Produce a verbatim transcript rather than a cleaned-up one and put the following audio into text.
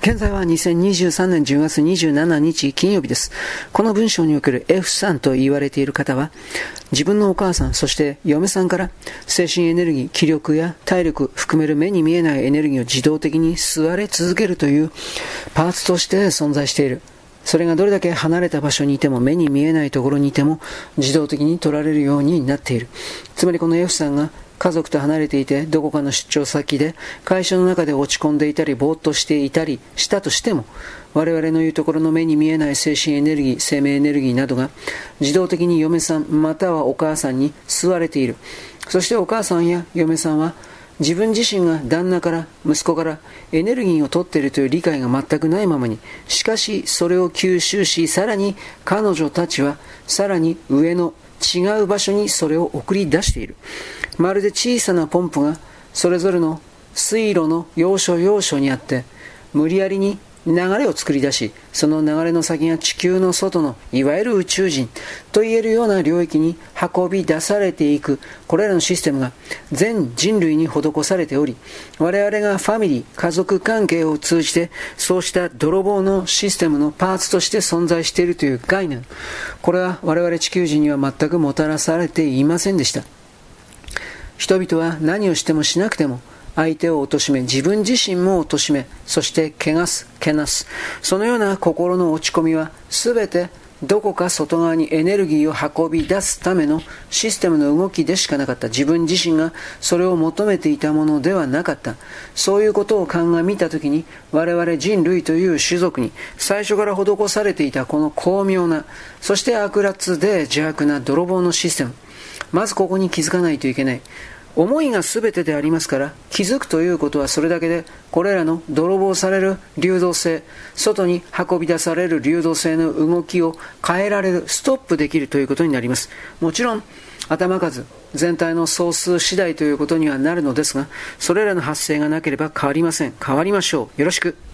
現在はにせんにじゅうさんねんじゅうがつにじゅうしちにち金曜日です。この文章における F さんと言われている方は、自分のお母さん、そして嫁さんから精神エネルギー、気力や体力含める目に見えないエネルギーを自動的に吸われ続けるというパーツとして存在している。それがどれだけ離れた場所にいても、目に見えないところにいても自動的に取られるようになっている。つまりこの F さんが家族と離れていて、どこかの出張先で会社の中で落ち込んでいたりぼーっとしていたりしたとしても、我々の言うところの目に見えない精神エネルギー、生命エネルギーなどが自動的に嫁さんまたはお母さんに吸われている。そしてお母さんや嫁さんは自分自身が旦那から息子からエネルギーを取っているという理解が全くないままに、しかしそれを吸収し、さらに彼女たちはさらに上の違う場所にそれを送り出している。まるで小さなポンプがそれぞれの水路の要所要所にあって、無理やりに流れを作り出し、その流れの先が地球の外のいわゆる宇宙人といえるような領域に運び出されていく、これらのシステムが全人類に施されており、我々がファミリー、家族関係を通じてそうした泥棒のシステムのパーツとして存在しているという概念、これは我々地球人には全くもたらされていませんでした。人々は何をしてもしなくても相手を貶め、自分自身も貶め、そして汚す、けなす、そのような心の落ち込みは全てどこか外側にエネルギーを運び出すためのシステムの動きでしかなかった。自分自身がそれを求めていたものではなかった。そういうことを鑑みたときに、我々人類という種族に最初から施されていたこの巧妙な、そして悪辣で邪悪な泥棒のシステム、まずここに気づかないといけない。思いが全てでありますから、気づくということはそれだけで、これらの泥棒される流動性、外に運び出される流動性の動きを変えられる、ストップできるということになります。もちろん頭数全体の総数次第ということにはなるのですが、それらの発生がなければ変わりません。変わりましょう。よろしく。